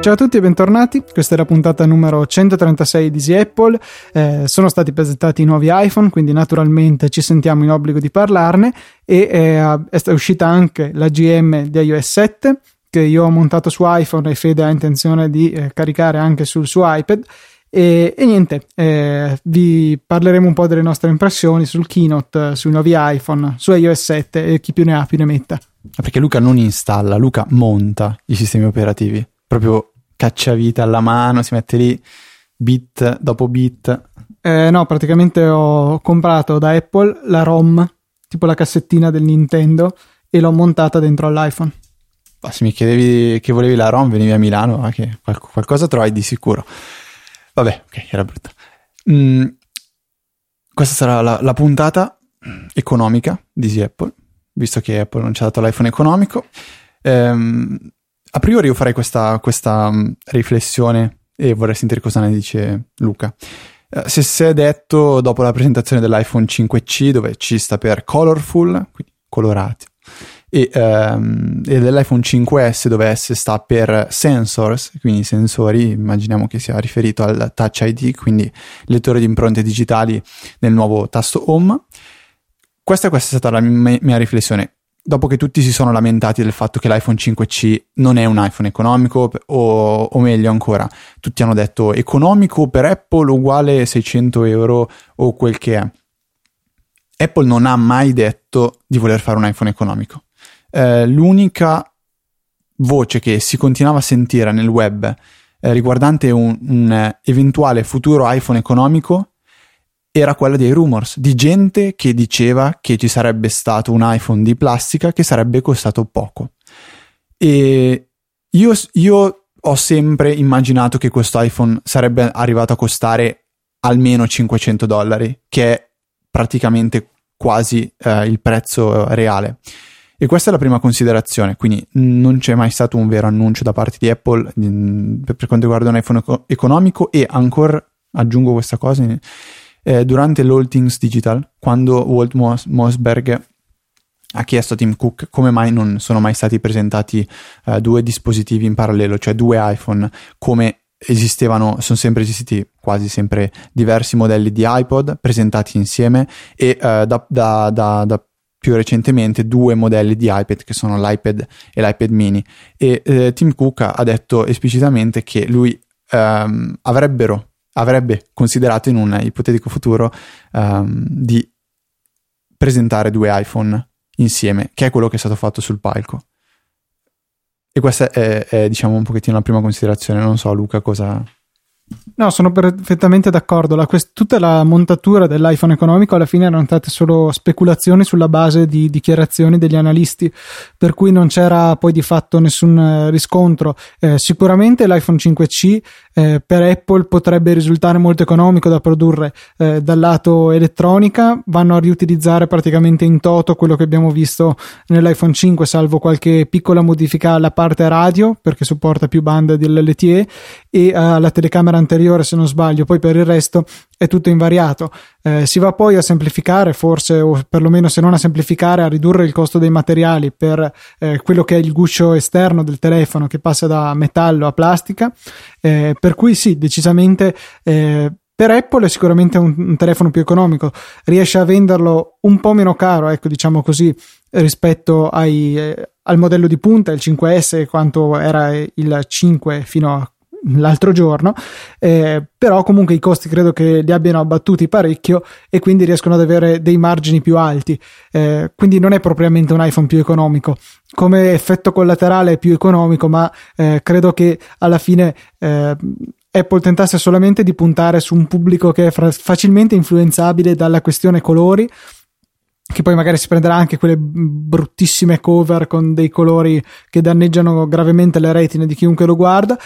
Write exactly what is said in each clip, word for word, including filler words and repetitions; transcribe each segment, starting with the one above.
Ciao a tutti e bentornati, questa è la puntata numero centotrentasei di Easy Apple. Eh, sono stati presentati i nuovi iPhone, quindi naturalmente ci sentiamo in obbligo di parlarne e eh, è uscita anche la G M di iOS sette che io ho montato su iPhone e Fede ha intenzione di eh, caricare anche sul suo iPad e, e niente, eh, vi parleremo un po' delle nostre impressioni sul keynote, sui nuovi iPhone, su iOS sette e chi più ne ha più ne metta. Perché Luca non installa, Luca monta i sistemi operativi. Proprio cacciavite alla mano, si mette lì bit dopo bit. Eh, no, praticamente ho comprato da Apple la ROM, tipo la cassettina del Nintendo, e l'ho montata dentro all'iPhone. Ma se mi chiedevi che volevi la ROM, venivi a Milano, ma che qual- qualcosa trovai di sicuro. Vabbè, ok, era brutta. Mm, questa sarà la, la puntata economica di Easy Apple, visto che Apple non ci ha dato l'iPhone economico. Ehm, A priori io farei questa, questa riflessione e vorrei sentire cosa ne dice Luca. Uh, se si è detto dopo la presentazione dell'iPhone cinque C, dove ci sta per colorful, quindi colorati, e, um, e dell'iPhone cinque S, dove S sta per sensors, quindi sensori, immaginiamo che sia riferito al Touch I D, quindi lettore di impronte digitali nel nuovo tasto Home. Questa, questa è stata la mia, mia riflessione. Dopo che tutti si sono lamentati del fatto che l'iPhone cinque C non è un iPhone economico, o, o meglio ancora, tutti hanno detto economico per Apple uguale seicento euro o quel che è. Apple non ha mai detto di voler fare un iPhone economico. Eh, l'unica voce che si continuava a sentire nel web eh, riguardante un, un eventuale futuro iPhone economico era quella dei rumors, di gente che diceva che ci sarebbe stato un iPhone di plastica che sarebbe costato poco. E io, io ho sempre immaginato che questo iPhone sarebbe arrivato a costare almeno cinquecento dollari, che è praticamente quasi eh, il prezzo reale. E questa è la prima considerazione, quindi non c'è mai stato un vero annuncio da parte di Apple mh, per quanto riguarda un iPhone eco- economico e ancora aggiungo questa cosa. Eh, durante l'All Things Digital, quando Walt Mos- Mossberg ha chiesto a Tim Cook come mai non sono mai stati presentati eh, due dispositivi in parallelo, cioè due iPhone, come esistevano, sono sempre esistiti quasi sempre diversi modelli di iPod presentati insieme e eh, da, da, da, da più recentemente due modelli di iPad che sono l'iPad e l'iPad mini, e eh, Tim Cook ha detto esplicitamente che lui ehm, avrebbero avrebbe considerato in un ipotetico futuro um, di presentare due iPhone insieme, che è quello che è stato fatto sul palco. E questa è, è diciamo un pochettino la prima considerazione. Non so Luca cosa... No, sono perfettamente d'accordo. La, quest- tutta la montatura dell'iPhone economico alla fine erano state solo speculazioni sulla base di dichiarazioni degli analisti, per cui non c'era poi di fatto nessun eh, riscontro. Eh, sicuramente l'iPhone cinque C eh, per Apple potrebbe risultare molto economico da produrre eh, dal lato elettronica. Vanno a riutilizzare praticamente in toto quello che abbiamo visto nell'iPhone cinque, salvo qualche piccola modifica alla parte radio, perché supporta più bande dell'L T E, e alla telecamera anteriore se non sbaglio. Poi per il resto è tutto invariato. Eh, si va poi a semplificare, forse, o perlomeno se non a semplificare, a ridurre il costo dei materiali per eh, quello che è il guscio esterno del telefono, che passa da metallo a plastica, eh, per cui sì, decisamente eh, per Apple è sicuramente un, un telefono più economico, riesce a venderlo un po' meno caro, ecco, diciamo così, rispetto ai, eh, al modello di punta, il cinque S, quanto era il cinque fino a l'altro giorno, eh, però comunque i costi credo che li abbiano abbattuti parecchio e quindi riescono ad avere dei margini più alti, eh, quindi non è propriamente un iPhone più economico. Come effetto collaterale è più economico, ma eh, credo che alla fine eh, Apple tentasse solamente di puntare su un pubblico che è fra- facilmente influenzabile dalla questione colori, che poi magari si prenderà anche quelle bruttissime cover con dei colori che danneggiano gravemente le retine di chiunque lo guarda.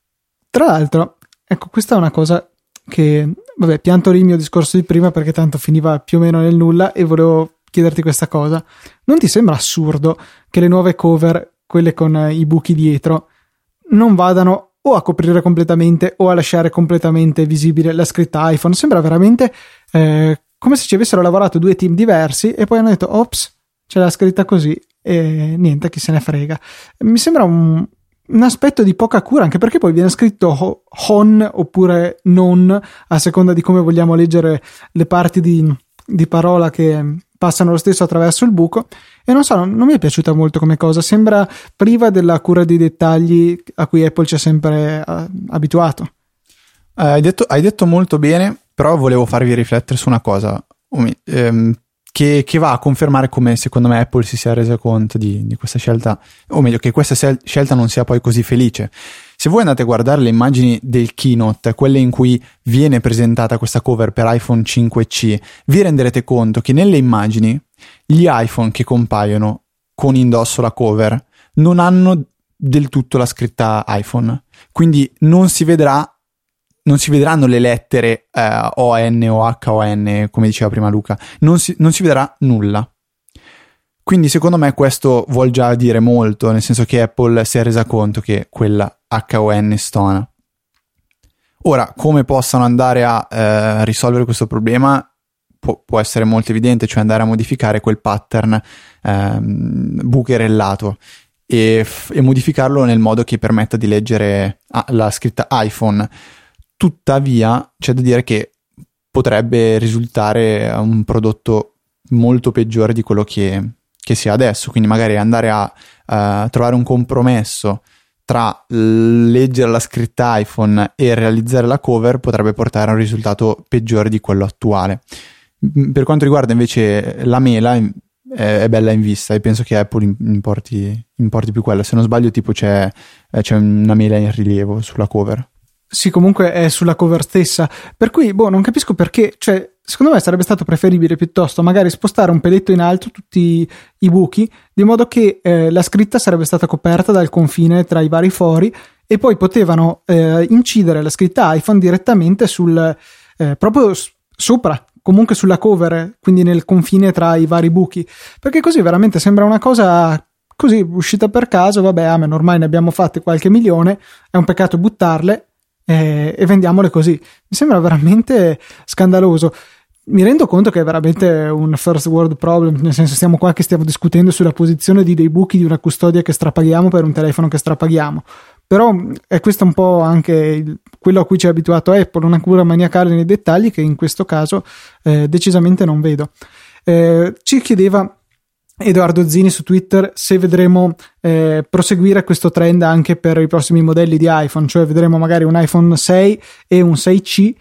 Tra l'altro, ecco, questa è una cosa che, vabbè, pianto lì il mio discorso di prima perché tanto finiva più o meno nel nulla e volevo chiederti questa cosa. Non ti sembra assurdo che le nuove cover, quelle con i buchi dietro, non vadano o a coprire completamente o a lasciare completamente visibile la scritta iPhone? Sembra veramente eh, come se ci avessero lavorato due team diversi e poi hanno detto, ops, c'è la scritta così e niente, chi se ne frega. Mi sembra un... un aspetto di poca cura, anche perché poi viene scritto on oppure non, a seconda di come vogliamo leggere le parti di, di parola che passano lo stesso attraverso il buco. E non so, non, non mi è piaciuta molto come cosa, sembra priva della cura dei dettagli a cui Apple ci ha sempre uh, abituato. Eh, hai detto, hai detto molto bene, però volevo farvi riflettere su una cosa ehm, che, che va a confermare come secondo me Apple si sia resa conto di, di questa scelta, o meglio che questa sel- scelta non sia poi così felice. Se voi andate a guardare le immagini del keynote, quelle in cui viene presentata questa cover per iPhone cinque C, vi renderete conto che nelle immagini gli iPhone che compaiono con indosso la cover non hanno del tutto la scritta iPhone, quindi non si vedrà non si vedranno le lettere eh, O N o H O N, come diceva prima Luca, non si, non si vedrà nulla. Quindi secondo me questo vuol già dire molto, nel senso che Apple si è resa conto che quella H O N stona. Ora, come possano andare a eh, risolvere questo problema può, può essere molto evidente, cioè andare a modificare quel pattern ehm, bucherellato e, f- e modificarlo nel modo che permetta di leggere ah, la scritta iPhone. Tuttavia c'è da dire che potrebbe risultare un prodotto molto peggiore di quello che, che sia adesso, quindi magari andare a uh, trovare un compromesso tra leggere la scritta iPhone e realizzare la cover potrebbe portare a un risultato peggiore di quello attuale. Per quanto riguarda invece la mela, è, è bella in vista e penso che Apple importi, importi più quella. Se non sbaglio tipo c'è, c'è una mela in rilievo sulla cover. Sì, comunque è sulla cover stessa, per cui boh, non capisco perché, cioè secondo me sarebbe stato preferibile piuttosto magari spostare un peletto in alto tutti i buchi, di modo che eh, la scritta sarebbe stata coperta dal confine tra i vari fori e poi potevano eh, incidere la scritta iPhone direttamente sul eh, proprio s- sopra, comunque sulla cover, quindi nel confine tra i vari buchi, perché così veramente sembra una cosa così uscita per caso. Vabbè, amen, ormai ne abbiamo fatte qualche milione, è un peccato buttarle e vendiamole così. Mi sembra veramente scandaloso. Mi rendo conto che è veramente un first world problem, nel senso stiamo qua che stiamo discutendo sulla posizione di dei buchi di una custodia che strapaghiamo per un telefono che strapaghiamo, però è questo un po' anche il, quello a cui ci ha abituato Apple, una cura maniacale nei dettagli che in questo caso eh, decisamente non vedo. Eh, ci chiedeva Edoardo Zini su Twitter se vedremo eh, proseguire questo trend anche per i prossimi modelli di iPhone, cioè vedremo magari un iPhone sei e un sei C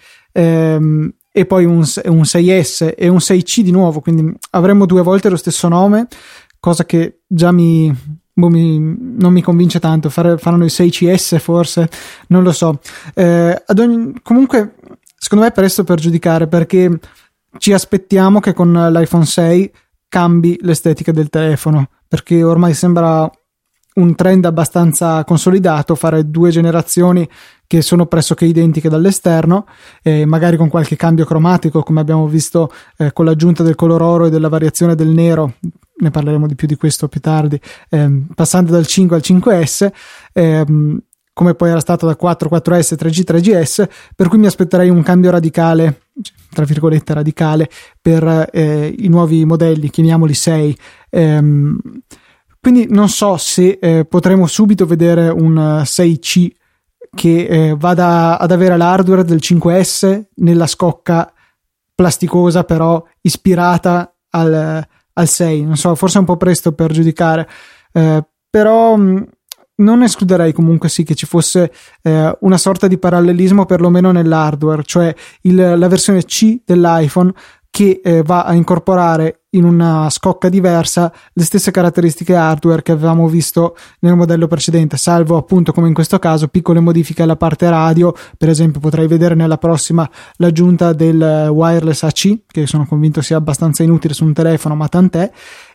ehm, e poi un, un sei S e un sei C di nuovo, quindi avremo due volte lo stesso nome, cosa che già mi, boh, mi non mi convince tanto. Fare, faranno il sei C S forse, non lo so. Eh, ad ogni, comunque secondo me è presto per giudicare, perché ci aspettiamo che con l'iPhone sei cambi l'estetica del telefono, perché ormai sembra un trend abbastanza consolidato fare due generazioni che sono pressoché identiche dall'esterno, eh, magari con qualche cambio cromatico come abbiamo visto eh, con l'aggiunta del color oro e della variazione del nero, ne parleremo di più di questo più tardi, eh, passando dal cinque al cinque S, eh, come poi era stato da quattro, quattro S, tre G, tre G S, per cui mi aspetterei un cambio radicale, tra virgolette radicale, per eh, i nuovi modelli, chiamiamoli sei. Ehm, quindi non so se eh, potremo subito vedere un sei C che eh, vada ad avere l'hardware del cinque S nella scocca plasticosa però ispirata al, al sei. Non so, forse è un po' presto per giudicare, eh, però mh, non escluderei comunque sì che ci fosse eh, una sorta di parallelismo perlomeno nell'hardware, cioè il, la versione C dell'iPhone che eh, va a incorporare in una scocca diversa le stesse caratteristiche hardware che avevamo visto nel modello precedente, salvo appunto come in questo caso piccole modifiche alla parte radio. Per esempio potrei vedere nella prossima l'aggiunta del wireless A C, che sono convinto sia abbastanza inutile su un telefono, ma tant'è,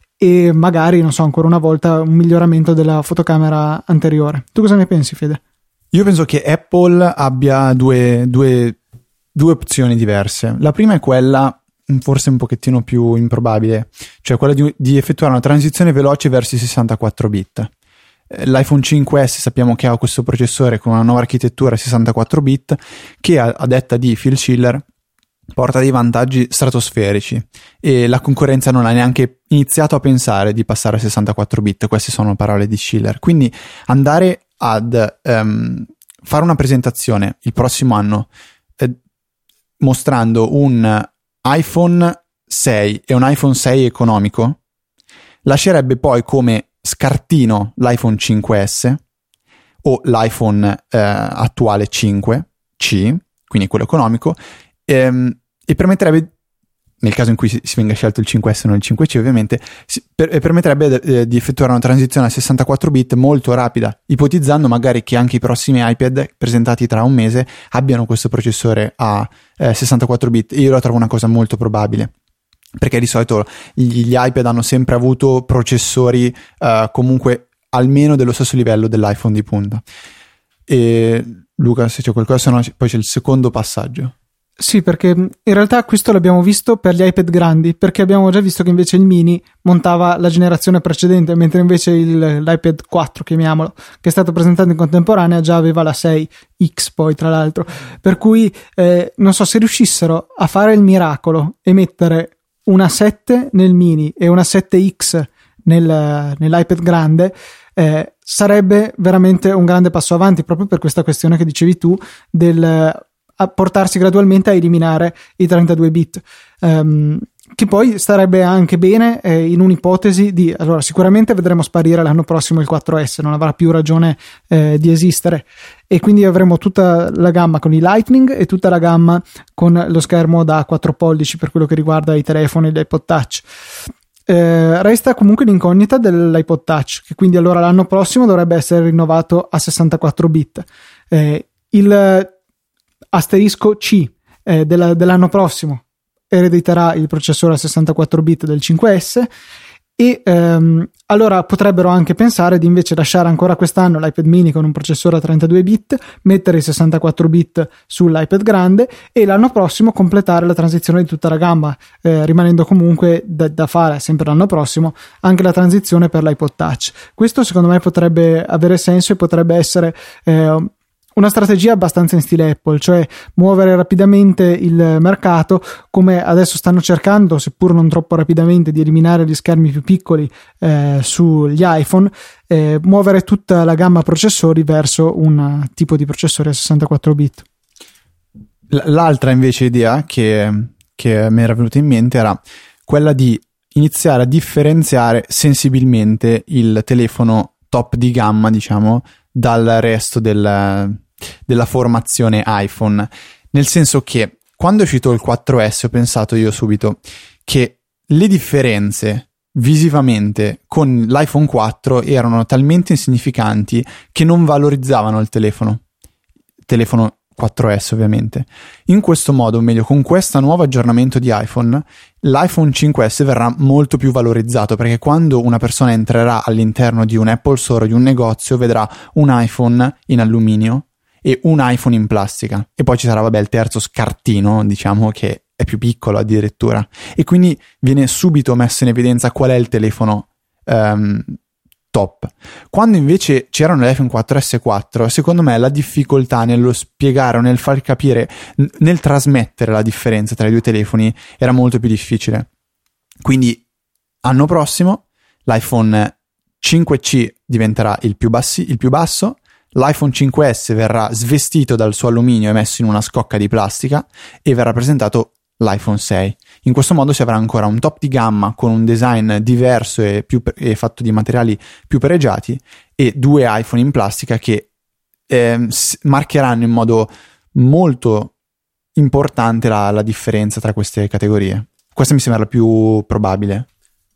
e magari, non so, ancora una volta un miglioramento della fotocamera anteriore. Tu cosa ne pensi, Fede? Io penso che Apple abbia due, due, due opzioni diverse. La prima è quella forse un pochettino più improbabile, cioè quella di, di effettuare una transizione veloce verso i sessantaquattro bit. L'iPhone cinque S sappiamo che ha questo processore con una nuova architettura sessantaquattro bit che, a, a detta di Phil Schiller, porta dei vantaggi stratosferici e la concorrenza non ha neanche iniziato a pensare di passare a sessantaquattro bit. Queste sono parole di Schiller. Quindi andare ad um, fare una presentazione il prossimo anno eh, mostrando un iPhone sei e un iPhone sei economico, lascerebbe poi come scartino l'iPhone cinque S o l'iPhone eh, attuale cinque C, quindi quello economico, ehm, e permetterebbe, nel caso in cui si, si venga scelto il cinque S e non il cinque C ovviamente, si, per, permetterebbe eh, di effettuare una transizione a sessantaquattro bit molto rapida, ipotizzando magari che anche i prossimi iPad presentati tra un mese abbiano questo processore a eh, sessantaquattro bit. Io la trovo una cosa molto probabile, perché di solito gli, gli iPad hanno sempre avuto processori uh, comunque almeno dello stesso livello dell'iPhone di punta. E Luca, se c'è qualcosa, se no poi c'è il secondo passaggio. Sì, perché in realtà questo l'abbiamo visto per gli iPad grandi, perché abbiamo già visto che invece il mini montava la generazione precedente, mentre invece il, l'iPad quattro, chiamiamolo, che è stato presentato in contemporanea, già aveva la sei X poi tra l'altro, per cui eh, non so, se riuscissero a fare il miracolo e mettere una sette nel mini e una sette X nel, nell'iPad grande, eh, sarebbe veramente un grande passo avanti, proprio per questa questione che dicevi tu del a portarsi gradualmente a eliminare i trentadue bit, um, che poi starebbe anche bene eh, in un'ipotesi di, allora sicuramente vedremo sparire l'anno prossimo il quattro S, non avrà più ragione eh, di esistere, e quindi avremo tutta la gamma con i Lightning e tutta la gamma con lo schermo da quattro pollici per quello che riguarda i telefoni e l'iPod Touch. Eh, resta comunque l'incognita dell'iPod Touch, che quindi allora l'anno prossimo dovrebbe essere rinnovato a sessantaquattro bit. Eh, il asterisco C eh, della, dell'anno prossimo erediterà il processore a sessantaquattro bit del cinque S, e ehm, allora potrebbero anche pensare di invece lasciare ancora quest'anno l'iPad mini con un processore a trentadue bit, mettere i sessantaquattro bit sull'iPad grande e l'anno prossimo completare la transizione di tutta la gamma, eh, rimanendo comunque da, da fare sempre l'anno prossimo anche la transizione per l'iPod Touch. Questo secondo me potrebbe avere senso e potrebbe essere eh, una strategia abbastanza in stile Apple, cioè muovere rapidamente il mercato, come adesso stanno cercando, seppur non troppo rapidamente, di eliminare gli schermi più piccoli eh, sugli iPhone, eh, muovere tutta la gamma processori verso un tipo di processore a sessantaquattro bit. L'altra invece idea che, che mi era venuta in mente era quella di iniziare a differenziare sensibilmente il telefono top di gamma, diciamo, dal resto del, della formazione iPhone, nel senso che quando è uscito il quattro S ho pensato io subito che le differenze visivamente con l'iPhone quattro erano talmente insignificanti che non valorizzavano il telefono telefono quattro S ovviamente. In questo modo, o meglio con questo nuovo aggiornamento di iPhone, l'iPhone cinque S verrà molto più valorizzato, perché quando una persona entrerà all'interno di un Apple Store o di un negozio vedrà un iPhone in alluminio e un iPhone in plastica, e poi ci sarà vabbè il terzo scartino, diciamo, che è più piccolo addirittura, e quindi viene subito messo in evidenza qual è il telefono um, top. Quando invece c'erano l'iPhone quattro S quattro, secondo me la difficoltà nello spiegare o nel far capire, nel trasmettere la differenza tra i due telefoni era molto più difficile. Quindi anno prossimo l'iPhone cinque C diventerà il più, bassi, il più basso, l'iPhone cinque S verrà svestito dal suo alluminio e messo in una scocca di plastica e verrà presentato l'iPhone sei. In questo modo si avrà ancora un top di gamma con un design diverso e, più, e fatto di materiali più pregiati, e due iPhone in plastica che eh, marcheranno in modo molto importante la, la differenza tra queste categorie. Questa mi sembra la più probabile.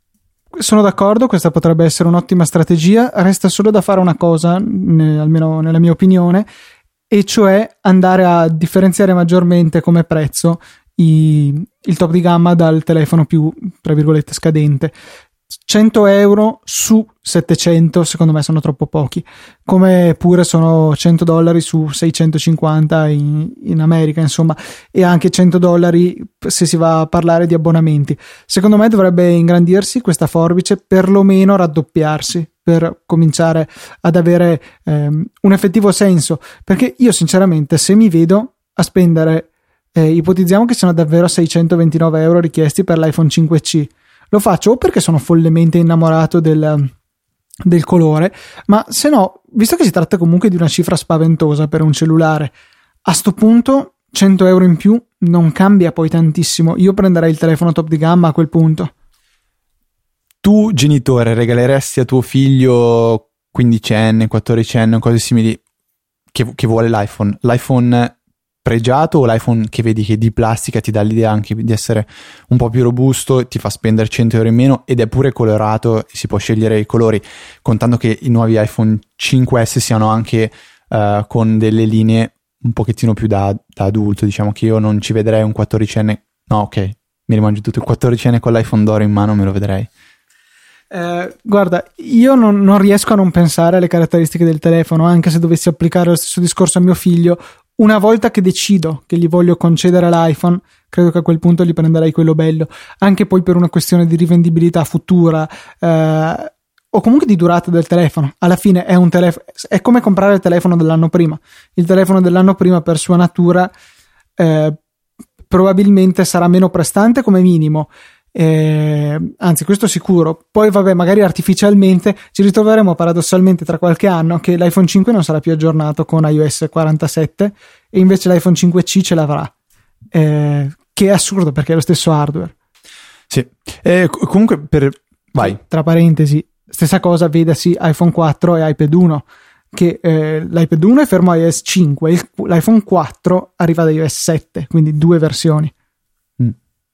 Sono d'accordo, questa potrebbe essere un'ottima strategia. Resta solo da fare una cosa, ne, almeno nella mia opinione, e cioè andare a differenziare maggiormente come prezzo I, il top di gamma dal telefono più, tra virgolette, scadente. Cento euro su settecento secondo me sono troppo pochi, come pure sono cento dollari su seicentocinquanta in, in America, insomma, e anche cento dollari se si va a parlare di abbonamenti. Secondo me dovrebbe ingrandirsi questa forbice, perlomeno raddoppiarsi, per cominciare ad avere ehm, un effettivo senso, perché io sinceramente, se mi vedo a spendere Eh, ipotizziamo che siano davvero seicentoventinove euro richiesti per l'iPhone cinque C, lo faccio o perché sono follemente innamorato del, del colore, ma se no visto che si tratta comunque di una cifra spaventosa per un cellulare, a sto punto cento euro in più non cambia poi tantissimo. Io prenderei il telefono top di gamma a quel punto. Tu, genitore, regaleresti a tuo figlio quindicenne, quattordicenne o cose simili che, che vuole l'iPhone? L'iPhone pregiato o l'iPhone che vedi che di plastica ti dà l'idea anche di essere un po' più robusto, ti fa spendere cento euro in meno ed è pure colorato, si può scegliere i colori, contando che i nuovi iPhone cinque esse siano anche uh, con delle linee un pochettino più da, da adulto. Diciamo che io non ci vedrei un quattordicenne, no ok, mi rimangio tutto, il quattordicenne con l'iPhone d'oro in mano me lo vedrei. Eh, guarda, io non, non riesco a non pensare alle caratteristiche del telefono, anche se dovessi applicare lo stesso discorso a mio figlio. Una volta che decido che gli voglio concedere l'iPhone, credo che a quel punto gli prenderei quello bello, anche poi per una questione di rivendibilità futura, eh, o comunque di durata del telefono. Alla fine è un telefono, è come comprare il telefono dell'anno prima. Il telefono dell'anno prima, per sua natura, eh, probabilmente sarà meno prestante come minimo. Eh, anzi, questo sicuro. Poi vabbè, magari artificialmente ci ritroveremo paradossalmente tra qualche anno che l'iPhone cinque non sarà più aggiornato con iOS quarantasette e invece l'iPhone cinque C ce l'avrà, eh, che è assurdo perché è lo stesso hardware. Sì, eh, comunque per vai. Tra parentesi, stessa cosa vedasi iPhone quattro e iPad uno, che eh, l'iPad uno è fermo a iOS cinque, il, l'iPhone quattro arriva da iOS sette, quindi due versioni. mm.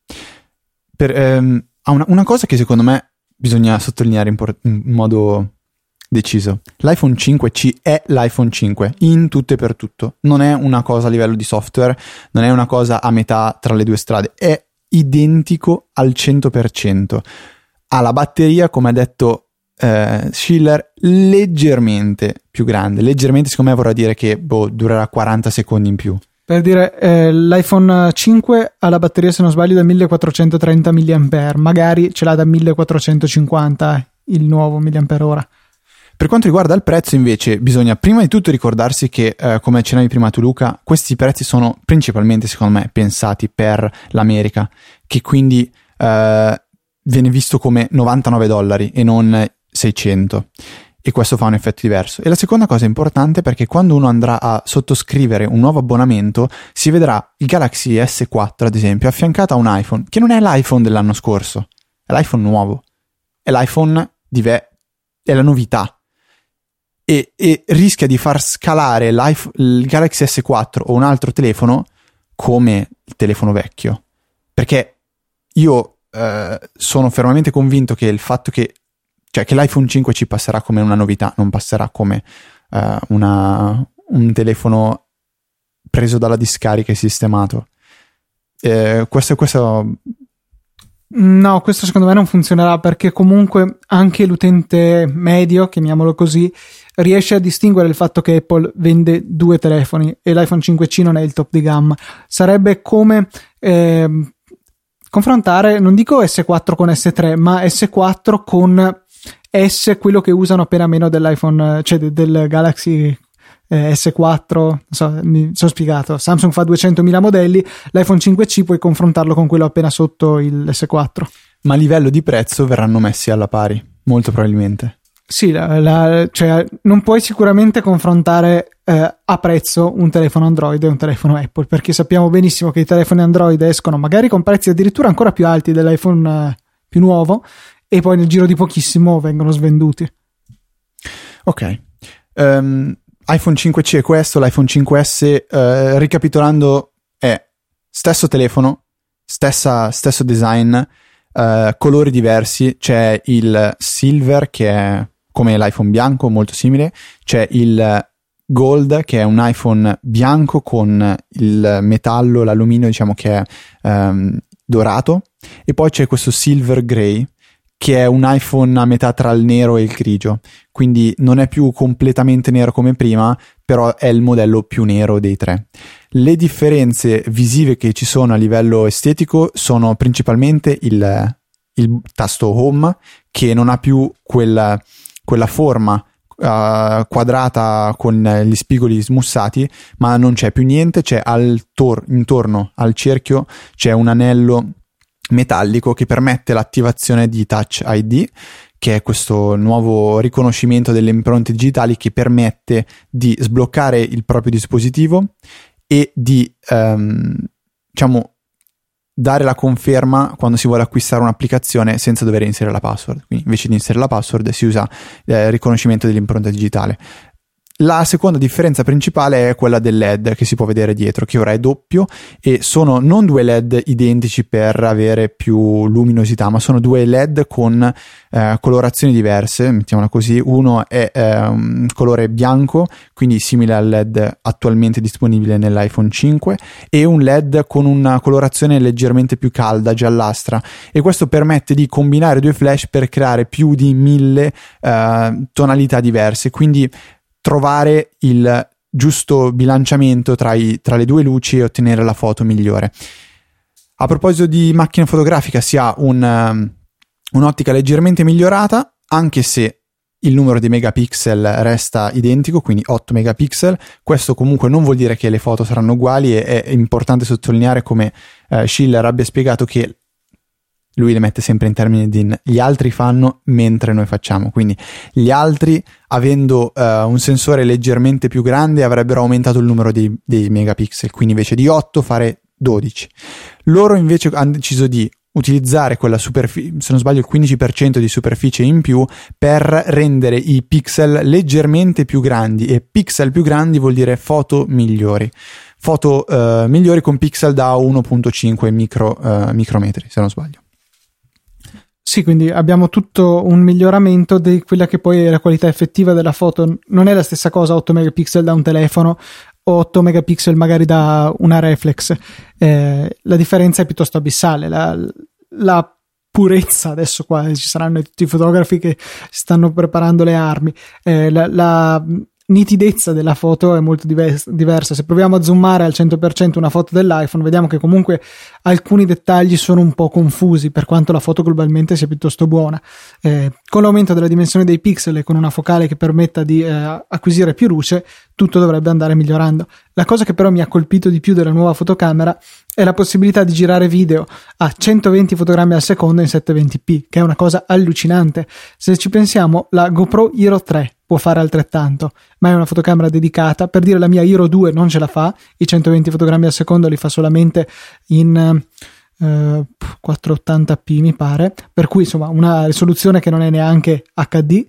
Per, ehm, una, una cosa che secondo me bisogna sottolineare in, por- in modo deciso: l'iPhone cinque C è l'iPhone cinque in tutto e per tutto, non è una cosa a livello di software, non è una cosa a metà tra le due strade, è identico al cento per cento. Ha la batteria, come ha detto eh, Schiller, leggermente più grande, leggermente secondo me vorrà dire che boh, durerà quaranta secondi in più. Per dire, eh, l'iPhone cinque ha la batteria, se non sbaglio, da millequattrocentotrenta milliampere, magari ce l'ha da millequattrocentocinquanta il nuovo milliampere ora. Per quanto riguarda il prezzo, invece, bisogna prima di tutto ricordarsi che, eh, come accennavi prima tu Luca, questi prezzi sono principalmente, secondo me, pensati per l'America, che quindi eh, viene visto come novantanove dollari e non seicento. E questo fa un effetto diverso. E la seconda cosa importante, perché quando uno andrà a sottoscrivere un nuovo abbonamento si vedrà il Galaxy S quattro ad esempio affiancato a un iPhone che non è l'iPhone dell'anno scorso, è l'iPhone nuovo, è l'iPhone di ve- è la novità, e, e rischia di far scalare il Galaxy S quattro o un altro telefono come il telefono vecchio, perché io eh, sono fermamente convinto che il fatto che Cioè che l'iPhone cinque ci passerà come una novità, non passerà come uh, una, un telefono preso dalla discarica e sistemato. Eh, questo, questo... No, questo secondo me non funzionerà, perché comunque anche l'utente medio, chiamiamolo così, riesce a distinguere il fatto che Apple vende due telefoni e l'iPhone cinque C non è il top di gamma. Sarebbe come... Eh, confrontare, non dico S quattro con S tre, ma S quattro con S, quello che usano appena meno dell'iPhone, cioè del Galaxy eh, S quattro, non so, mi sono spiegato. Samsung fa duecentomila modelli, l'iPhone cinque C puoi confrontarlo con quello appena sotto il S quattro. Ma a livello di prezzo verranno messi alla pari, molto probabilmente. Sì, la, la, cioè non puoi sicuramente confrontare eh, a prezzo un telefono Android e un telefono Apple, perché sappiamo benissimo che i telefoni Android escono magari con prezzi addirittura ancora più alti dell'iPhone eh, più nuovo, e poi nel giro di pochissimo vengono svenduti. Ok, um, iPhone cinque C è questo, l'iPhone cinque S, uh, ricapitolando, è stesso telefono, stessa, stesso design, uh, colori diversi, c'è il silver che è come l'iPhone bianco, molto simile, c'è il gold che è un iPhone bianco con il metallo, l'alluminio diciamo che è um, dorato, e poi c'è questo silver grey che è un iPhone a metà tra il nero e il grigio, quindi non è più completamente nero come prima, però è il modello più nero dei tre. Le differenze visive che ci sono a livello estetico sono principalmente il, il tasto home, che non ha più quella, quella forma uh, quadrata con gli spigoli smussati, ma non c'è più niente, c'è al tor- intorno al cerchio c'è un anello metallico che permette l'attivazione di Touch I D, che è questo nuovo riconoscimento delle impronte digitali che permette di sbloccare il proprio dispositivo e di um, diciamo dare la conferma quando si vuole acquistare un'applicazione senza dover inserire la password. Quindi invece di inserire la password si usa eh, il riconoscimento dell'impronta digitale. La seconda differenza principale è quella del L E D che si può vedere dietro, che ora è doppio, e sono non due L E D identici per avere più luminosità, ma sono due L E D con eh, colorazioni diverse, mettiamola così. Uno è eh, un colore bianco, quindi simile al L E D attualmente disponibile nell'iPhone cinque, e un L E D con una colorazione leggermente più calda, giallastra, e questo permette di combinare due flash per creare più di mille eh, tonalità diverse, quindi trovare il giusto bilanciamento tra, i, tra le due luci e ottenere la foto migliore. A proposito di macchina fotografica, si ha un, um, un'ottica leggermente migliorata, anche se il numero di megapixel resta identico, quindi otto megapixel. Questo comunque non vuol dire che le foto saranno uguali, e è importante sottolineare come eh, Schiller abbia spiegato che lui le mette sempre in termini di gli altri fanno mentre noi facciamo, quindi gli altri, avendo uh, un sensore leggermente più grande, avrebbero aumentato il numero dei, dei megapixel, quindi invece di otto fare dodici. Loro invece hanno deciso di utilizzare quella superficie, se non sbaglio il quindici per cento di superficie in più, per rendere i pixel leggermente più grandi, e pixel più grandi vuol dire foto migliori. Foto uh, migliori con pixel da uno virgola cinque micro, uh, micrometri, se non sbaglio. Sì, quindi abbiamo tutto un miglioramento di quella che poi è la qualità effettiva della foto. Non è la stessa cosa otto megapixel da un telefono o otto megapixel magari da una reflex. Eh, la differenza è piuttosto abissale. La, la purezza, adesso qua ci saranno tutti i fotografi che stanno preparando le armi. Eh, la, la nitidezza della foto è molto divers- diversa. Se proviamo a zoomare al cento per cento una foto dell'iPhone, vediamo che comunque alcuni dettagli sono un po' confusi, per quanto la foto globalmente sia piuttosto buona. Eh, con l'aumento della dimensione dei pixel e con una focale che permetta di eh, acquisire più luce, tutto dovrebbe andare migliorando. La cosa che però mi ha colpito di più della nuova fotocamera è la possibilità di girare video a centoventi fotogrammi al secondo in settecentoventi p, che è una cosa allucinante. Se ci pensiamo, la GoPro Hero tre può fare altrettanto, ma è una fotocamera dedicata. Per dire, la mia Hero due non ce la fa, i centoventi fotogrammi al secondo li fa solamente in uh, quattrocentottanta p mi pare, per cui insomma una risoluzione che non è neanche acca di,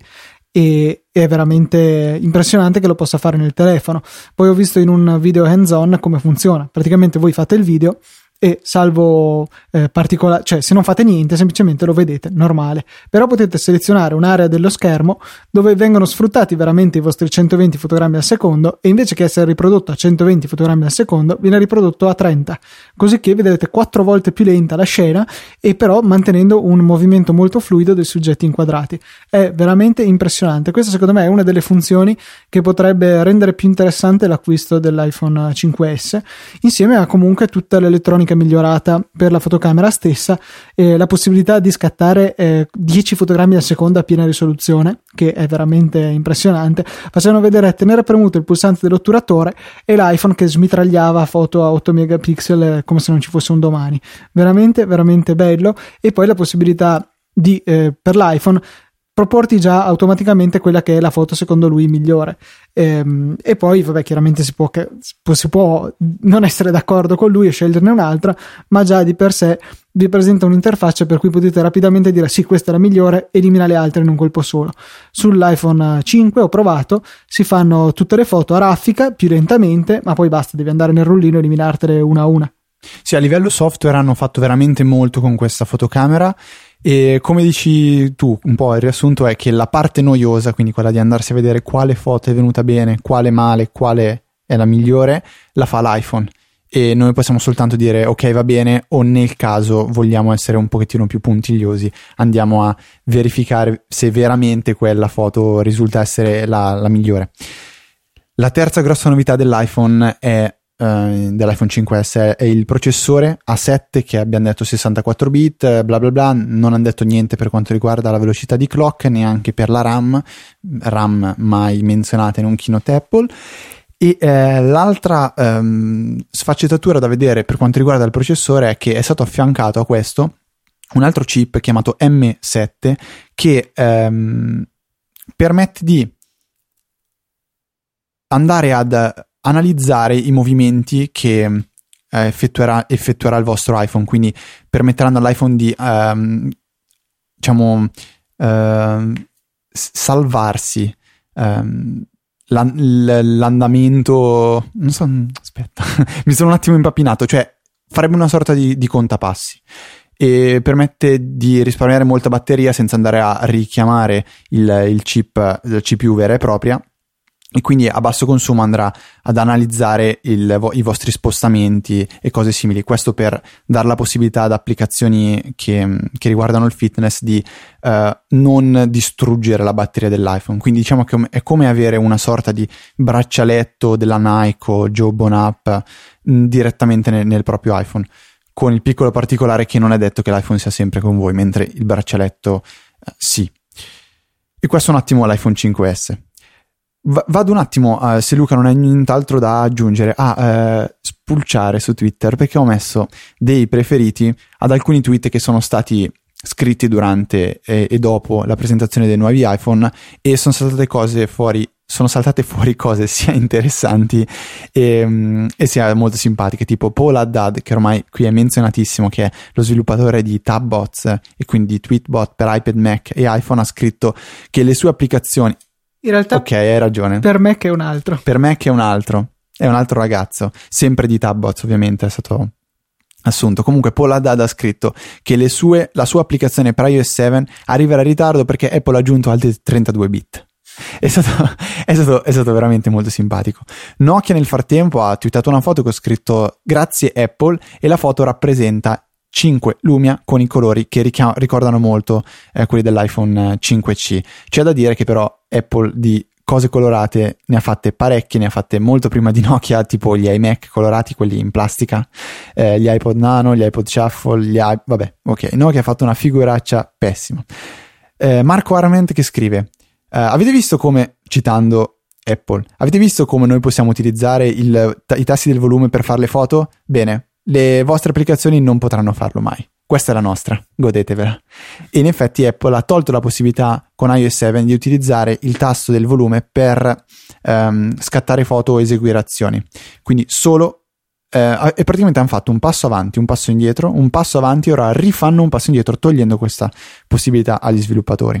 e è veramente impressionante che lo possa fare nel telefono. Poi ho visto in un video hands-on come funziona. Praticamente voi fate il video e salvo eh, particolare, cioè se non fate niente semplicemente lo vedete normale, però potete selezionare un'area dello schermo dove vengono sfruttati veramente i vostri centoventi fotogrammi al secondo, e invece che essere riprodotto a centoventi fotogrammi al secondo viene riprodotto a trenta, così che vedrete quattro volte più lenta la scena, e però mantenendo un movimento molto fluido dei soggetti inquadrati. È veramente impressionante. Questa secondo me è una delle funzioni che potrebbe rendere più interessante l'acquisto dell'iPhone cinque S, insieme a comunque tutta l'elettronica migliorata per la fotocamera stessa, e la possibilità di scattare eh, dieci fotogrammi al secondo a piena risoluzione, che è veramente impressionante. Facevano vedere tenere premuto il pulsante dell'otturatore e l'iPhone che smitragliava foto a otto megapixel eh, come se non ci fosse un domani. Veramente veramente bello. E poi la possibilità di eh, per l'iPhone proporti già automaticamente quella che è la foto secondo lui migliore, ehm, e poi vabbè, chiaramente si può, si può non essere d'accordo con lui e sceglierne un'altra, ma già di per sé vi presenta un'interfaccia per cui potete rapidamente dire sì, questa è la migliore, elimina le altre in un colpo solo. Sull'iPhone cinque ho provato, si fanno tutte le foto a raffica più lentamente, ma poi basta, devi andare nel rullino e eliminartele una a una. Sì, a livello software hanno fatto veramente molto con questa fotocamera, e come dici tu, un po' il riassunto è che la parte noiosa, quindi quella di andarsi a vedere quale foto è venuta bene, quale male, quale è la migliore, la fa l'iPhone, e noi possiamo soltanto dire ok, va bene, o nel caso vogliamo essere un pochettino più puntigliosi andiamo a verificare se veramente quella foto risulta essere la, la migliore. La terza grossa novità dell'iPhone è Uh, dell'iPhone cinque S è il processore A sette, che abbiamo detto sessantaquattro bit, bla bla bla. Non hanno detto niente per quanto riguarda la velocità di clock, neanche per la RAM RAM mai menzionata in un keynote Apple. E eh, l'altra um, sfaccettatura da vedere per quanto riguarda il processore è che è stato affiancato a questo un altro chip chiamato M sette che ehm, permette di andare ad analizzare i movimenti che eh, effettuerà, effettuerà il vostro iPhone, quindi permetteranno all'iPhone di ehm, diciamo ehm, salvarsi ehm, l'andamento, non so, aspetta, mi sono un attimo impappinato, cioè farebbe una sorta di, di contapassi e permette di risparmiare molta batteria senza andare a richiamare il, il chip, il C P U vera e propria, e quindi a basso consumo andrà ad analizzare il, i vostri spostamenti e cose simili. Questo per dare la possibilità ad applicazioni che, che riguardano il fitness di uh, non distruggere la batteria dell'iPhone. Quindi diciamo che è come avere una sorta di braccialetto della Nike o Jawbone App mh, direttamente nel, nel proprio iPhone, con il piccolo particolare che non è detto che l'iPhone sia sempre con voi, mentre il braccialetto uh, sì. E questo è un attimo l'iPhone cinque S. Vado un attimo, uh, se Luca non ha nient'altro da aggiungere, a uh, spulciare su Twitter, perché ho messo dei preferiti ad alcuni tweet che sono stati scritti durante e, e dopo la presentazione dei nuovi iPhone, e sono saltate cose fuori, sono saltate fuori cose sia interessanti e, um, e sia molto simpatiche, tipo Paul Haddad, che ormai qui è menzionatissimo, che è lo sviluppatore di Tabbots e quindi di Tweetbot per iPad, Mac e iPhone, ha scritto che le sue applicazioni, in realtà, ok, hai ragione. Per me che è un altro. Per me che è un altro. È un altro ragazzo. Sempre di Tabbots, ovviamente, è stato assunto. Comunque Paul Haddad ha scritto che le sue, la sua applicazione per iOS sette arriverà in ritardo perché Apple ha aggiunto altri trentadue bit. È stato, è stato, è stato veramente molto simpatico. Nokia nel frattempo ha twittato una foto che ho scritto grazie Apple, e la foto rappresenta cinque Lumia con i colori che richiam- ricordano molto eh, quelli dell'iPhone cinque C. C'è da dire che però Apple di cose colorate ne ha fatte parecchie, ne ha fatte molto prima di Nokia, tipo gli iMac colorati, quelli in plastica, eh, gli iPod Nano, gli iPod Shuffle, gli i... vabbè, ok, Nokia ha fatto una figuraccia pessima. Eh, Marco Arment che scrive eh, avete visto come, citando Apple, avete visto come noi possiamo utilizzare il, t- i tasti del volume per fare le foto? Bene, le vostre applicazioni non potranno farlo mai. Questa è la nostra, godetevela. E in effetti Apple ha tolto la possibilità con iOS sette di utilizzare il tasto del volume per um, scattare foto o eseguire azioni. Quindi solo eh, e praticamente hanno fatto un passo avanti, un passo indietro, un passo avanti, e ora rifanno un passo indietro togliendo questa possibilità agli sviluppatori.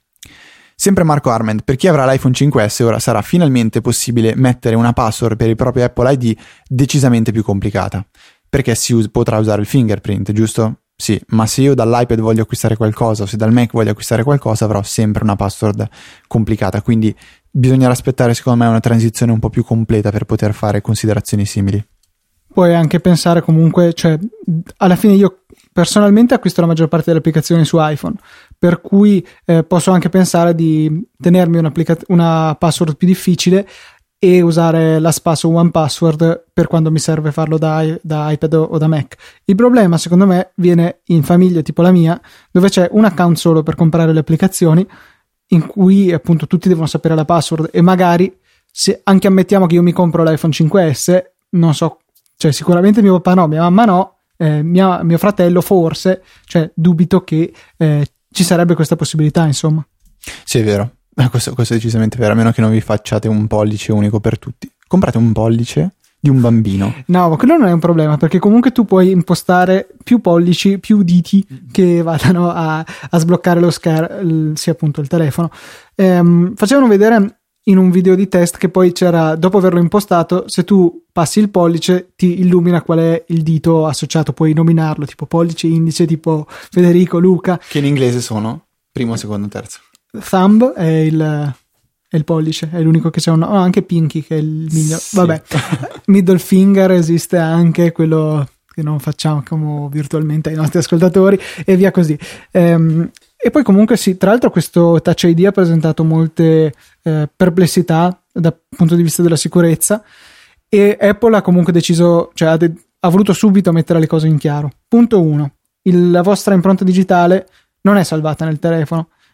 Sempre Marco Arment, per chi avrà l'iPhone cinque S ora sarà finalmente possibile mettere una password per il proprio Apple I D decisamente più complicata, perché si us- potrà usare il fingerprint, giusto? Sì, ma se io dall'iPad voglio acquistare qualcosa o se dal Mac voglio acquistare qualcosa avrò sempre una password complicata, quindi bisognerà aspettare secondo me una transizione un po' più completa per poter fare considerazioni simili. Puoi anche pensare comunque, cioè alla fine io personalmente acquisto la maggior parte delle applicazioni su iPhone, per cui eh, posso anche pensare di tenermi una password più difficile e usare la spasso One Password per quando mi serve farlo da, da iPad o, o da Mac. Il problema secondo me viene in famiglie tipo la mia, dove c'è un account solo per comprare le applicazioni, in cui appunto tutti devono sapere la password, e magari se anche ammettiamo che io mi compro l'iPhone cinque S, non so, cioè sicuramente mio papà no, mia mamma no, eh, mia, mio fratello forse, cioè dubito che eh, ci sarebbe questa possibilità, insomma. Sì, è vero. Questo, questo è decisamente vero, a meno che non vi facciate un pollice unico per tutti. Comprate un pollice di un bambino. No, ma quello non è un problema, perché comunque tu puoi impostare più pollici, più diti che vadano a, a sbloccare lo schermo, sì, appunto il telefono. Ehm, facevano vedere in un video di test che poi c'era, dopo averlo impostato, se tu passi il pollice ti illumina qual è il dito associato, puoi nominarlo, tipo pollice, indice, tipo Federico, Luca. Che in inglese sono primo, secondo, terzo. Thumb è il, è il pollice, è l'unico che c'è, un, oh, anche Pinky che è il migliore, sì. Vabbè. Middle finger esiste anche, quello che non facciamo come virtualmente ai nostri ascoltatori, e via così. Ehm, e poi comunque sì, tra l'altro questo Touch I D ha presentato molte eh, perplessità dal punto di vista della sicurezza, e Apple ha comunque deciso, cioè ha, de- ha voluto subito mettere le cose in chiaro. Punto uno, il, la vostra impronta digitale non è salvata nel telefono,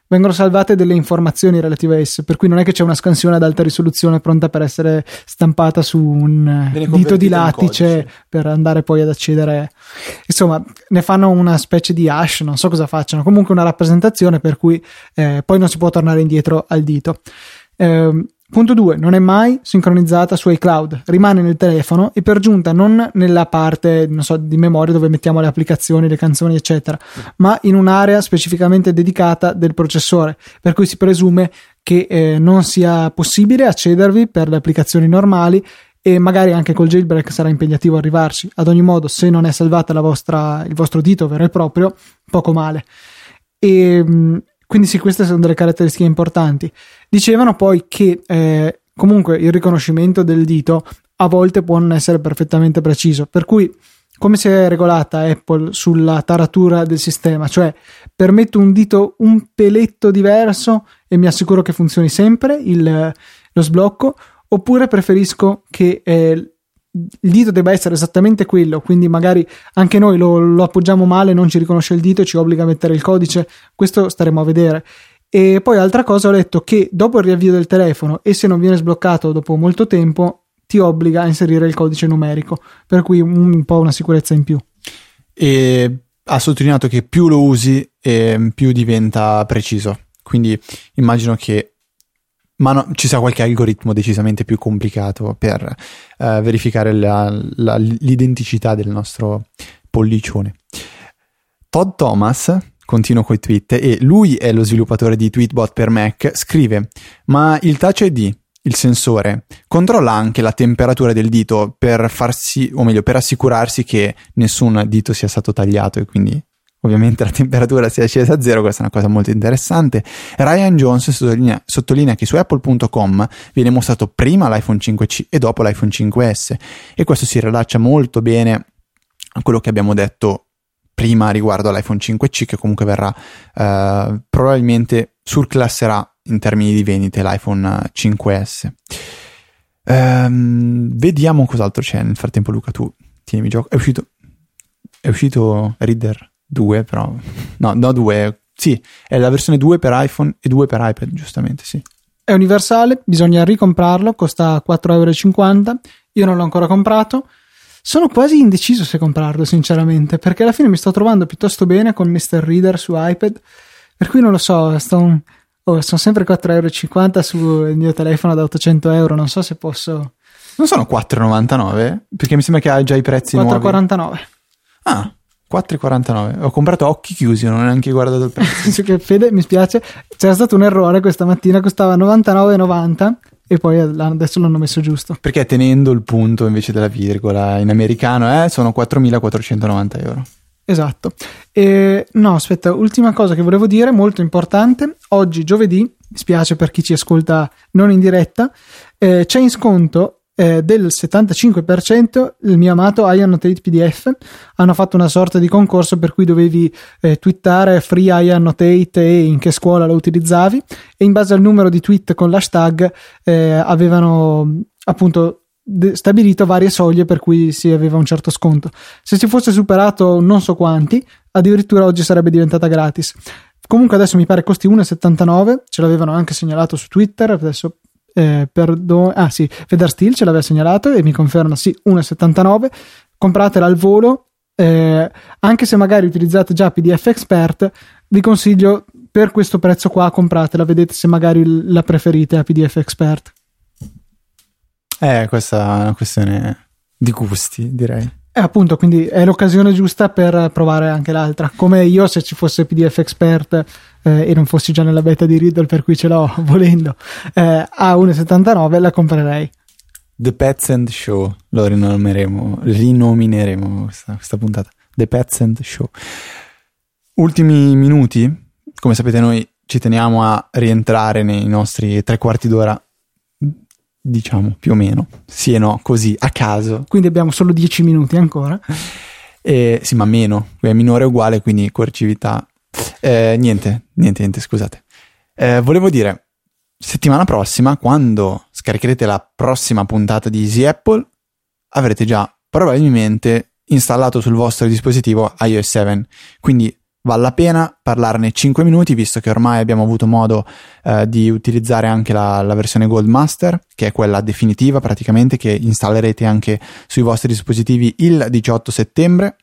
vengono salvate delle informazioni relative a esse, per cui non è che c'è una scansione ad alta risoluzione pronta per essere stampata su un dito di lattice per andare poi ad accedere. Insomma, ne fanno una specie di hash, non so cosa facciano, comunque una rappresentazione per cui eh, poi non si può tornare indietro al dito. Eh, punto due, non è mai sincronizzata su iCloud, rimane nel telefono e per giunta non nella parte, non so, di memoria dove mettiamo le applicazioni, le canzoni eccetera, ma in un'area specificamente dedicata del processore, per cui si presume che eh, non sia possibile accedervi per le applicazioni normali e magari anche col jailbreak sarà impegnativo arrivarci. Ad ogni modo, se non è salvata la vostra, il vostro dito vero e proprio, poco male. E quindi sì, queste sono delle caratteristiche importanti. Dicevano poi che eh, comunque il riconoscimento del dito a volte può non essere perfettamente preciso, per cui come si è regolata Apple sulla taratura del sistema, cioè permetto un dito un peletto diverso e mi assicuro che funzioni sempre il, lo sblocco, oppure preferisco che eh, il dito debba essere esattamente quello, quindi magari anche noi lo, lo appoggiamo male, non ci riconosce il dito e ci obbliga a mettere il codice. Questo staremo a vedere. E poi altra cosa, ho letto che dopo il riavvio del telefono e se non viene sbloccato dopo molto tempo ti obbliga a inserire il codice numerico, per cui un, un po' una sicurezza in più. E ha sottolineato che più lo usi e più diventa preciso, quindi immagino che ma no, ci sia qualche algoritmo decisamente più complicato per uh, verificare la, la, l'identicità del nostro pollicione. Todd Thomas, continuo coi tweet, e lui è lo sviluppatore di Tweetbot per Mac, scrive: ma il Touch I D, il sensore, controlla anche la temperatura del dito per farsi, o meglio per assicurarsi che nessun dito sia stato tagliato e quindi ovviamente la temperatura sia scesa a zero. Questa è una cosa molto interessante. Ryan Jones sottolinea, sottolinea che su apple punto com viene mostrato prima l'iPhone cinque C e dopo l'iPhone cinque S, e questo si rilaccia molto bene a quello che abbiamo detto prima riguardo all'iPhone cinque C, che comunque verrà eh, probabilmente surclasserà in termini di vendite l'iPhone cinque S. Ehm, vediamo cos'altro c'è nel frattempo. Luca, tu tienimi gioco. È uscito è uscito Reader due, però no, no due, sì, è la versione due per iPhone e due per iPad, giustamente, sì. È universale, bisogna ricomprarlo, costa quattro virgola cinquanta euro, io non l'ho ancora comprato, sono quasi indeciso se comprarlo sinceramente, perché alla fine mi sto trovando piuttosto bene con mister Reader su iPad, per cui non lo so, sto un... oh, sono sempre quattro virgola cinquanta euro sul mio telefono da ottocento euro, non so se posso... Non sono quattro virgola nonovantanove? Perché mi sembra che ha già i prezzi quattro virgola nuovi. quarantanove. Ah, quattro virgola quarantanove. Ho comprato a occhi chiusi, non ho neanche guardato il prezzo. Fede, mi spiace, c'era stato un errore questa mattina, costava novantanove virgola novanta e poi adesso l'hanno messo giusto. Perché tenendo il punto invece della virgola in americano eh, sono quattromilaquattrocentonovanta euro. Esatto. E, no, aspetta, ultima cosa che volevo dire, molto importante. Oggi, giovedì, mi spiace per chi ci ascolta non in diretta, eh, c'è in sconto eh, del settantacinque per cento il mio amato iAnnotate P D F. Hanno fatto una sorta di concorso per cui dovevi eh, twittare free iAnnotate e in che scuola lo utilizzavi, e in base al numero di tweet con l'hashtag eh, avevano appunto stabilito varie soglie per cui si aveva un certo sconto. Se si fosse superato non so quanti, addirittura oggi sarebbe diventata gratis. Comunque adesso mi pare costi uno virgola settantanove, ce l'avevano anche segnalato su Twitter, adesso eh, perdo- ah sì, Fedar Steel ce l'aveva segnalato e mi conferma sì, uno virgola settantanove. Compratela al volo, eh, anche se magari utilizzate già P D F Expert, vi consiglio per questo prezzo qua compratela, vedete se magari la preferite a P D F Expert. Eh, questa è una questione di gusti, direi. Eh, appunto, quindi è l'occasione giusta per provare anche l'altra. Come io, se ci fosse P D F Expert eh, e non fossi già nella beta di Riddle, per cui ce l'ho volendo, eh, a uno virgola settantanove la comprerei. The Pets and Show, lo rinomineremo, rinomineremo questa, questa puntata. The Pets and Show. Ultimi minuti, come sapete noi ci teniamo a rientrare nei nostri tre quarti d'ora, diciamo più o meno, sì e no, così a caso. Quindi abbiamo solo dieci minuti ancora. Eh, sì, ma meno, è minore o uguale, quindi coercività. Eh, niente, niente, niente, scusate. Eh, volevo dire, settimana prossima, quando scaricherete la prossima puntata di Easy Apple, avrete già probabilmente installato sul vostro dispositivo i O S sette, quindi vale la pena parlarne cinque minuti, visto che ormai abbiamo avuto modo eh, di utilizzare anche la, la versione Gold Master, che è quella definitiva praticamente, che installerete anche sui vostri dispositivi il diciotto settembre.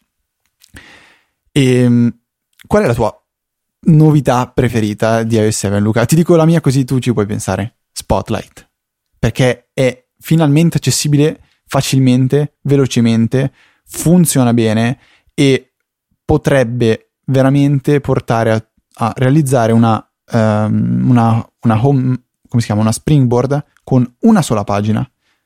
E qual è la tua novità preferita di iOS sette, Luca? Ti dico la mia così tu ci puoi pensare. Spotlight, perché è finalmente accessibile facilmente, velocemente, funziona bene e potrebbe veramente portare a, a realizzare una, um, una, una home, come si chiama, una springboard con una sola pagina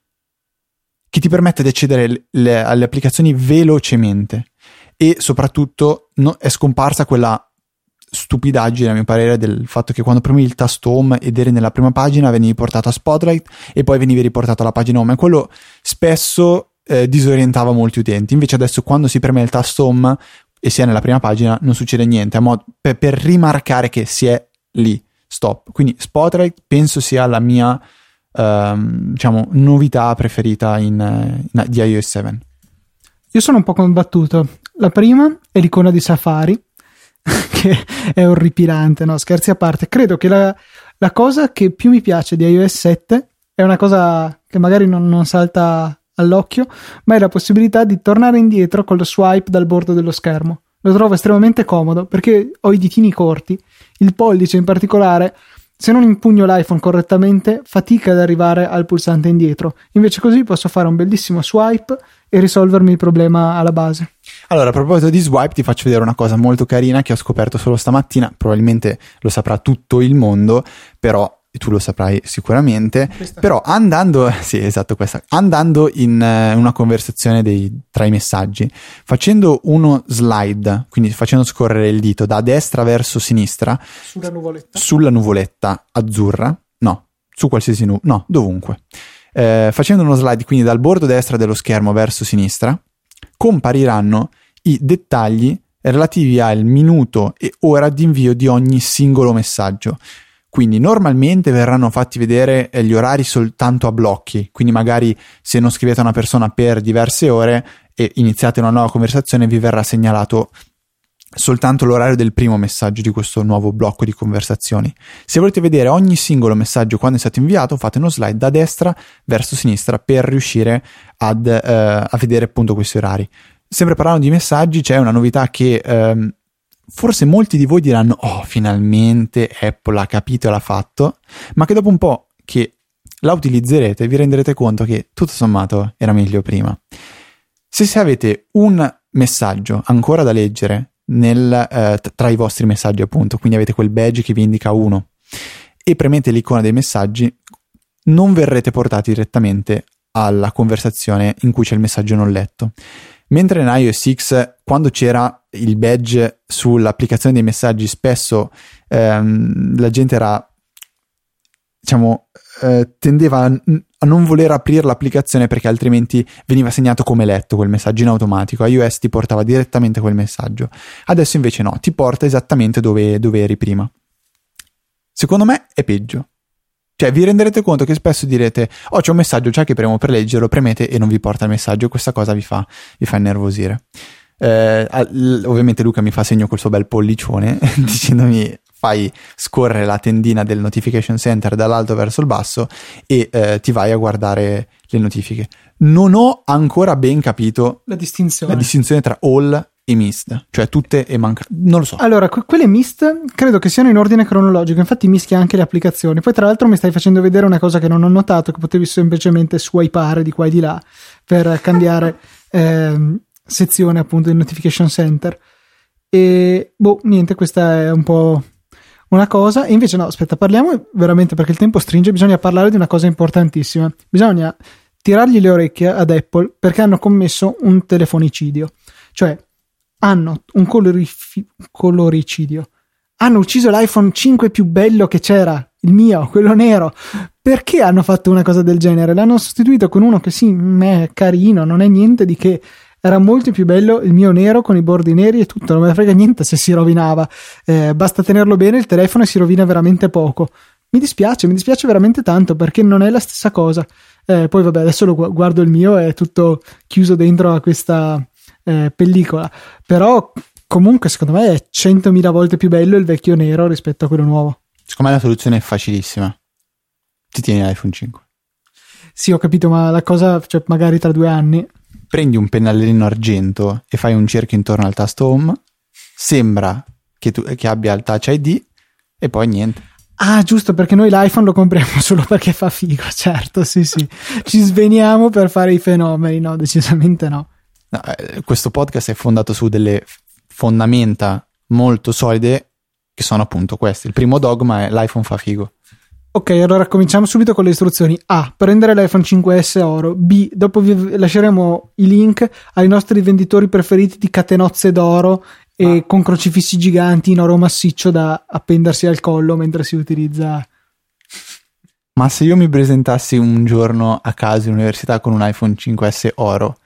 che ti permette di accedere le, alle applicazioni velocemente, e soprattutto no, è scomparsa quella stupidaggine, a mio parere, del fatto che quando premi il tasto home ed eri nella prima pagina venivi portato a Spotlight e poi venivi riportato alla pagina home, e quello spesso eh, disorientava molti utenti. Invece adesso quando si preme il tasto home e si è nella prima pagina non succede niente, a mod- per, per rimarcare che si è lì, stop. Quindi Spotlight penso sia la mia ehm, diciamo novità preferita in, in, di iOS sette. Io sono un po' combattuto. La prima è l'icona di Safari, che è orripilante, no? Scherzi a parte, credo che la, la cosa che più mi piace di iOS sette è una cosa che magari non, non salta all'occhio, ma è la possibilità di tornare indietro con lo swipe dal bordo dello schermo. Lo trovo estremamente comodo perché ho i ditini corti, il pollice in particolare, se non impugno l'iPhone correttamente fatica ad arrivare al pulsante indietro, invece così posso fare un bellissimo swipe e risolvermi il problema alla base. Allora, a proposito di swipe, ti faccio vedere una cosa molto carina che ho scoperto solo stamattina. Probabilmente lo saprà tutto il mondo, però tu lo saprai sicuramente. Questa. Però andando, sì, esatto, questa, andando in uh, una conversazione dei, tra i messaggi, facendo uno slide, quindi facendo scorrere il dito da destra verso sinistra sulla nuvoletta, sulla nuvoletta azzurra, no, su qualsiasi nu, no, dovunque. Eh, facendo uno slide quindi dal bordo destra dello schermo verso sinistra, compariranno i dettagli relativi al minuto e ora di invio di ogni singolo messaggio. Quindi normalmente verranno fatti vedere gli orari soltanto a blocchi, quindi magari se non scrivete a una persona per diverse ore e iniziate una nuova conversazione vi verrà segnalato soltanto l'orario del primo messaggio di questo nuovo blocco di conversazioni. Se volete vedere ogni singolo messaggio quando è stato inviato, fate uno slide da destra verso sinistra per riuscire ad, eh, a vedere appunto questi orari. Sempre parlando di messaggi, c'è una novità che ehm, forse molti di voi diranno oh, finalmente Apple ha capito e l'ha fatto, ma che dopo un po' che la utilizzerete vi renderete conto che tutto sommato era meglio prima. Se, se avete un messaggio ancora da leggere nel, eh, tra i vostri messaggi appunto, quindi avete quel badge che vi indica uno e premete l'icona dei messaggi, non verrete portati direttamente alla conversazione in cui c'è il messaggio non letto. Mentre in iOS X, quando c'era il badge sull'applicazione dei messaggi, spesso ehm, la gente era, diciamo, eh, tendeva a, a non voler aprire l'applicazione perché altrimenti veniva segnato come letto quel messaggio in automatico. iOS ti portava direttamente quel messaggio. Adesso invece no, ti porta esattamente dove, dove eri prima. Secondo me è peggio. Cioè vi renderete conto che spesso direte oh c'è un messaggio già che premo per leggerlo, premete e non vi porta il messaggio, questa cosa vi fa, vi fa innervosire. Eh, ovviamente Luca mi fa segno col suo bel pollicione dicendomi fai scorrere la tendina del notification center dall'alto verso il basso e eh, ti vai a guardare le notifiche. Non ho ancora ben capito la distinzione, la distinzione tra all e mist, cioè tutte e manca, non lo so. Allora, que- quelle mist credo che siano in ordine cronologico, infatti mischia anche le applicazioni. Poi tra l'altro mi stai facendo vedere una cosa che non ho notato, che potevi semplicemente swipare di qua e di là per cambiare eh, sezione appunto del notification center. E boh, niente, questa è un po' una cosa. E invece no, aspetta, parliamo veramente perché il tempo stringe, bisogna parlare di una cosa importantissima. Bisogna tirargli le orecchie ad Apple perché hanno commesso un telefonicidio, cioè hanno un colorifi- coloricidio, hanno ucciso l'iPhone cinque più bello che c'era, il mio, quello nero. Perché hanno fatto una cosa del genere? L'hanno sostituito con uno che sì, è carino, non è niente di che, era molto più bello il mio nero con i bordi neri e tutto, non me ne frega niente se si rovinava, eh, basta tenerlo bene il telefono e si rovina veramente poco. Mi dispiace, mi dispiace veramente tanto perché non è la stessa cosa. Eh, poi vabbè, adesso lo guardo, il mio è tutto chiuso dentro a questa Eh, pellicola, però comunque secondo me è centomila volte più bello il vecchio nero rispetto a quello nuovo. Secondo me la soluzione è facilissima. Ti tieni l'iPhone cinque. Sì, ho capito, ma la cosa, cioè magari tra due anni... Prendi un pennellino argento e fai un cerchio intorno al tasto home, sembra che, tu, che abbia il Touch I D e poi niente. Ah, giusto, perché noi l'iPhone lo compriamo solo perché fa figo, certo, sì sì. Ci sveniamo per fare i fenomeni, no, decisamente no. No, eh, questo podcast è fondato su delle fondamenta molto solide che sono appunto queste. Il primo dogma è l'iPhone fa figo. Ok, allora cominciamo subito con le istruzioni. A. Prendere l'iPhone cinque esse oro. B. Dopo vi lasceremo i link ai nostri venditori preferiti di catenozze d'oro e ah. con crocifissi giganti in oro massiccio da appendersi al collo mentre si utilizza. Ma se io mi presentassi un giorno a casa in università con un iPhone cinque esse oro,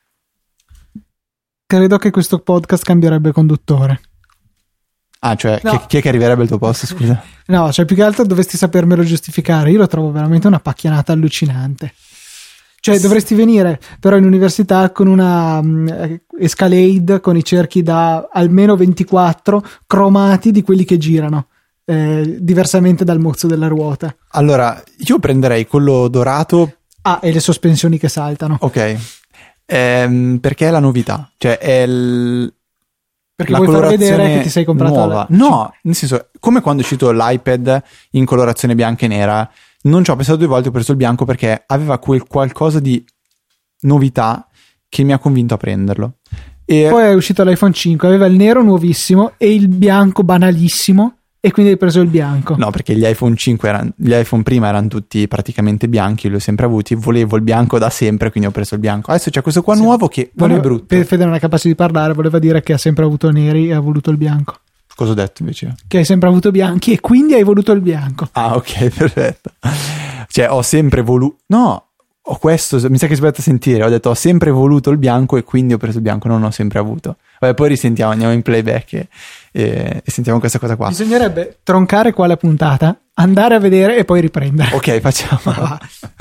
credo che questo podcast cambierebbe conduttore. Ah, cioè, no. chi, chi è che arriverebbe al tuo posto, scusa? No, cioè più che altro dovresti sapermelo giustificare. Io lo trovo veramente una pacchianata allucinante. Cioè, dovresti venire però in università con una um, Escalade con i cerchi da almeno ventiquattro cromati di quelli che girano, eh, diversamente dal mozzo della ruota. Allora, io prenderei quello dorato. Ah, e le sospensioni che saltano. Ok. Ehm, perché è la novità. Cioè, è il... Perché la vuoi far vedere che ti sei comprato nuova. La... No, nel senso, come quando è uscito l'iPad in colorazione bianca e nera, non ci ho pensato due volte, ho preso il bianco perché aveva quel qualcosa di novità che mi ha convinto a prenderlo. E poi è uscito l'iPhone cinque, aveva il nero nuovissimo e il bianco banalissimo, e quindi hai preso il bianco. No, perché gli iPhone cinque erano, gli iPhone prima erano tutti praticamente bianchi, li ho sempre avuti, volevo il bianco da sempre, quindi ho preso il bianco. Adesso c'è questo qua sì. nuovo che non voleva, è brutto. Fede non è capace di parlare, voleva dire che ha sempre avuto neri e ha voluto il bianco. Cosa ho detto invece? Che hai sempre avuto bianchi e quindi hai voluto il bianco. Ah, ok, perfetto. Cioè, ho sempre voluto... No, ho questo, mi sa che sbagliato a sentire, ho detto ho sempre voluto il bianco e quindi ho preso il bianco, non ho sempre avuto. Vabbè, poi risentiamo, andiamo in playback e, e, e sentiamo questa cosa qua. Bisognerebbe troncare qua la puntata, andare a vedere e poi riprendere. Ok, facciamo.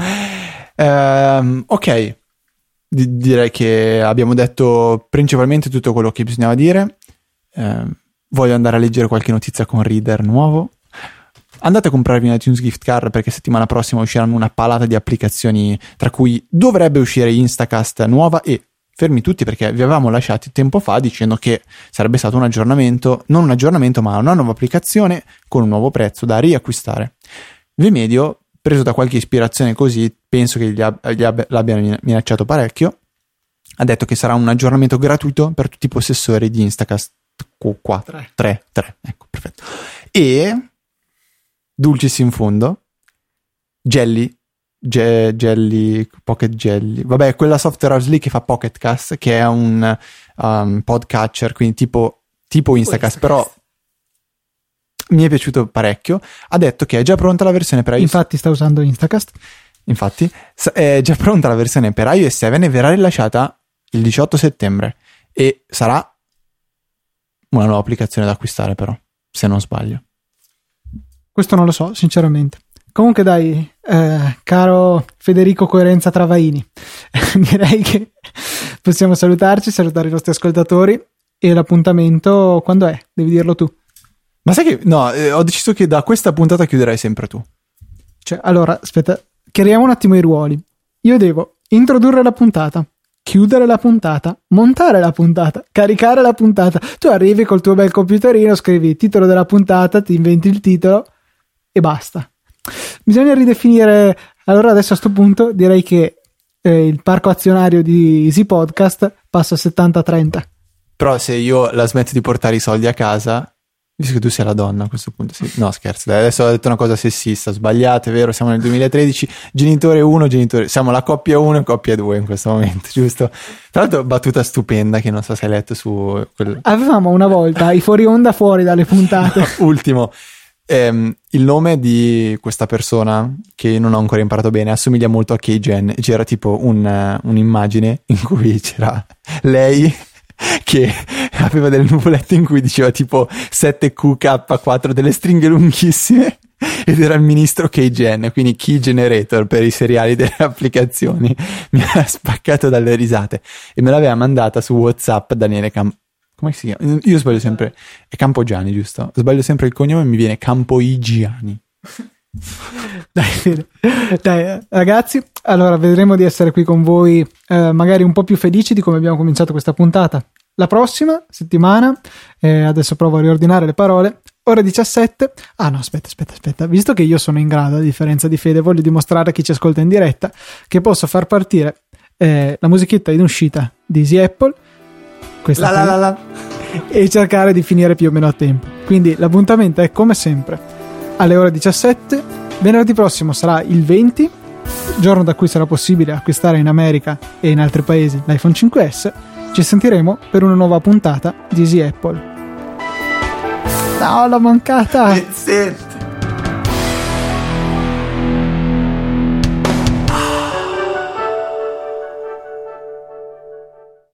um, ok, D- direi che abbiamo detto principalmente tutto quello che bisognava dire. Um, voglio andare a leggere qualche notizia con Reader nuovo. Andate a comprarvi un iTunes gift card perché settimana prossima usciranno una palata di applicazioni, tra cui dovrebbe uscire Instacast nuova e fermi tutti perché vi avevamo lasciati tempo fa dicendo che sarebbe stato un aggiornamento, non un aggiornamento ma una nuova applicazione con un nuovo prezzo da riacquistare. Vmedio, preso da qualche ispirazione così, penso che gli ab- gli ab- l'abbiano minacciato parecchio, ha detto che sarà un aggiornamento gratuito per tutti i possessori di Instacast quattro, tre, tre, ecco, perfetto. E dulcis in fondo, Jelly, Ge- Jelly, Pocket Jelly, vabbè, quella software house lì che fa Pocket Cast, che è un um, podcatcher, quindi tipo, tipo Instacast, però mi è piaciuto parecchio. Ha detto che è già pronta la versione per iOS. Infatti sta usando Instacast. Infatti, è già pronta la versione per iOS sette e verrà rilasciata il diciotto settembre e sarà una nuova applicazione da acquistare, però, se non sbaglio. Questo non lo so, sinceramente. Comunque dai, eh, caro Federico Coerenza Travaini, direi che possiamo salutarci, salutare i nostri ascoltatori, e l'appuntamento quando è? Devi dirlo tu. Ma sai che, no, eh, ho deciso che da questa puntata chiuderai sempre tu. Cioè, allora, aspetta, chiariamo un attimo i ruoli. Io devo introdurre la puntata, chiudere la puntata, montare la puntata, caricare la puntata. Tu arrivi col tuo bel computerino, scrivi il titolo della puntata, ti inventi il titolo e basta. Bisogna ridefinire. Allora adesso a sto punto direi che eh, il parco azionario di Easy Podcast passa a settanta trenta. Però se io la smetto di portare i soldi a casa, visto che tu sei la donna a questo punto, sì. No, scherzo, dai, adesso ho detto una cosa sessista, sbagliate, vero? Siamo nel duemilatredici, genitore uno, genitore, siamo la coppia uno e coppia due in questo momento, giusto? Tra l'altro battuta stupenda che non so se hai letto su quel... Avevamo una volta i fuori onda fuori dalle puntate. No, ultimo, ehm, il nome di questa persona che non ho ancora imparato bene assomiglia molto a Kei-Gen. C'era tipo un, uh, un'immagine in cui c'era lei che aveva delle nuvolette in cui diceva tipo sette Q K quattro, delle stringhe lunghissime, ed era il ministro Kei-Gen, quindi Key Generator per i seriali delle applicazioni. Mi ha spaccato dalle risate e me l'aveva mandata su WhatsApp Daniele Cam- come si chiama? Io sbaglio sempre, è Campogiani, giusto? Sbaglio sempre il cognome e mi viene Campoigiani. Dai, dai, ragazzi, allora vedremo di essere qui con voi eh, magari un po' più felici di come abbiamo cominciato questa puntata la prossima settimana. Eh, adesso provo a riordinare le parole. Ore diciassette. Ah no, aspetta, aspetta, aspetta. Visto che io sono in grado, a differenza di Fede, voglio dimostrare a chi ci ascolta in diretta che posso far partire eh, la musichetta in uscita di Easy Apple, questa la, la, la, la. e cercare di finire più o meno a tempo. Quindi l'appuntamento è come sempre alle ore diciassette. Venerdì prossimo sarà il venti, giorno da cui sarà possibile acquistare in America e in altri paesi l'iPhone cinque S. Ci sentiremo per una nuova puntata di Easy Apple. No, l'ho mancata. It's it.